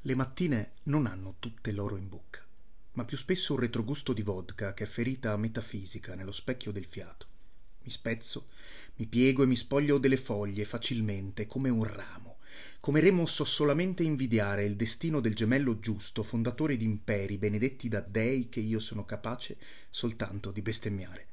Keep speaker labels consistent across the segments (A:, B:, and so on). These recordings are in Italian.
A: Le mattine non hanno tutte l'oro in bocca, ma più spesso un retrogusto di vodka che è ferita metafisica nello specchio del fiato. Mi spezzo, mi piego e mi spoglio delle foglie facilmente, come un ramo, come remo so solamente invidiare il destino del gemello giusto, fondatore d'imperi benedetti da dei che io sono capace soltanto di bestemmiare.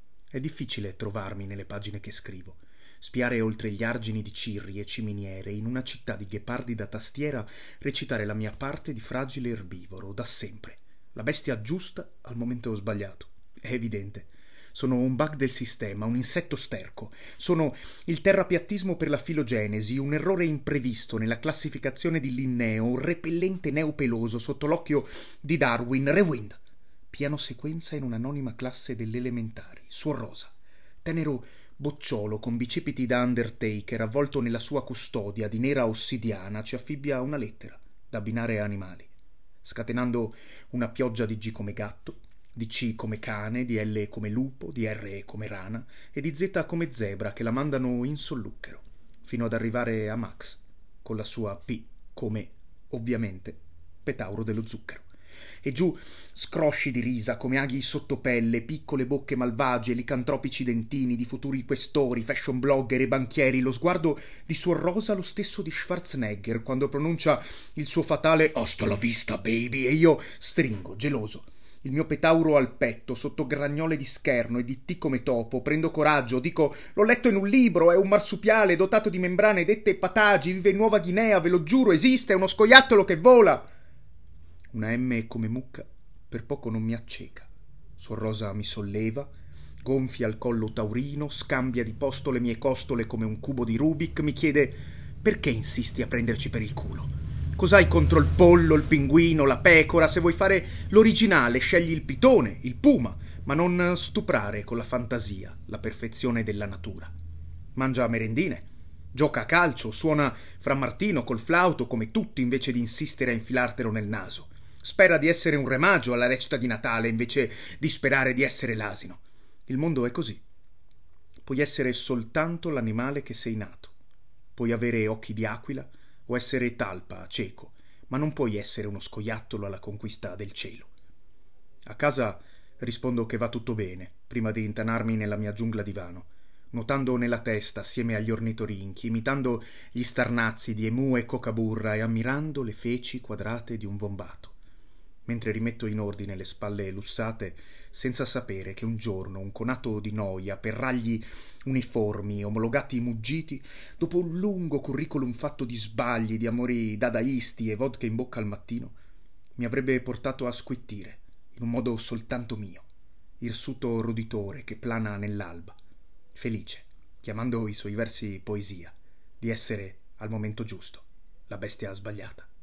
A: È difficile trovarmi nelle pagine che scrivo, spiare oltre gli argini di cirri e ciminiere, in una città di ghepardi da tastiera, recitare la mia parte di fragile erbivoro, da sempre, la bestia giusta al momento sbagliato. È evidente. Sono un bug del sistema, un insetto sterco. Sono il terrapiattismo per la filogenesi, un errore imprevisto nella classificazione di Linneo, un repellente neopeloso sotto l'occhio di Darwin. Rewind. Piano sequenza in un'anonima classe delle elementari. Suor Rosa. Tenero bocciolo con bicipiti da Undertaker, avvolto nella sua custodia di nera ossidiana, ci affibbia una lettera da abbinare a animali, scatenando una pioggia di G come gatto, di C come cane, di L come lupo, di R come rana e di Z come zebra, che la mandano in solluchero, fino ad arrivare a Max, con la sua P come, ovviamente, petauro dello zucchero. E giù scrosci di risa come aghi sottopelle, piccole bocche malvagie, licantropici dentini di futuri questori, fashion blogger e banchieri, lo sguardo di Suor Rosa lo stesso di Schwarzenegger quando pronuncia il suo fatale "Hasta la vista, baby", e io stringo, geloso, il mio petauro al petto, sotto gragnole di scherno e di T come topo, prendo coraggio, dico «L'ho letto in un libro, è un marsupiale dotato di membrane dette patagi, vive in Nuova Guinea, ve lo giuro, esiste, è uno scoiattolo che vola». Una M come mucca per poco non mi acceca. Suor Rosa mi solleva, gonfia il collo taurino, scambia di posto le mie costole come un cubo di Rubik, mi chiede «Perché insisti a prenderci per il culo? Cos'hai contro il pollo, il pinguino, la pecora? Se vuoi fare l'originale, scegli il pitone, il puma, ma non stuprare con la fantasia la perfezione della natura. Mangia merendine, gioca a calcio, suona Fra Martino col flauto come tutti invece di insistere a infilartelo nel naso. Spera di essere un remaggio alla recita di Natale invece di sperare di essere l'asino. Il mondo è così. Puoi essere soltanto l'animale che sei nato. Puoi avere occhi di aquila o essere talpa, cieco, ma non puoi essere uno scoiattolo alla conquista del cielo. A casa rispondo che va tutto bene, prima di intanarmi nella mia giungla divano, nuotando nella testa assieme agli ornitorinchi, imitando gli starnazzi di emu e cocaburra e ammirando le feci quadrate di un vombato, mentre rimetto in ordine le spalle lussate, senza sapere che un giorno un conato di noia per ragli uniformi, omologati muggiti, dopo un lungo curriculum fatto di sbagli, di amori dadaisti e vodka in bocca al mattino, mi avrebbe portato a squittire, in un modo soltanto mio, irsuto roditore che plana nell'alba, felice, chiamando i suoi versi poesia, di essere al momento giusto la bestia sbagliata.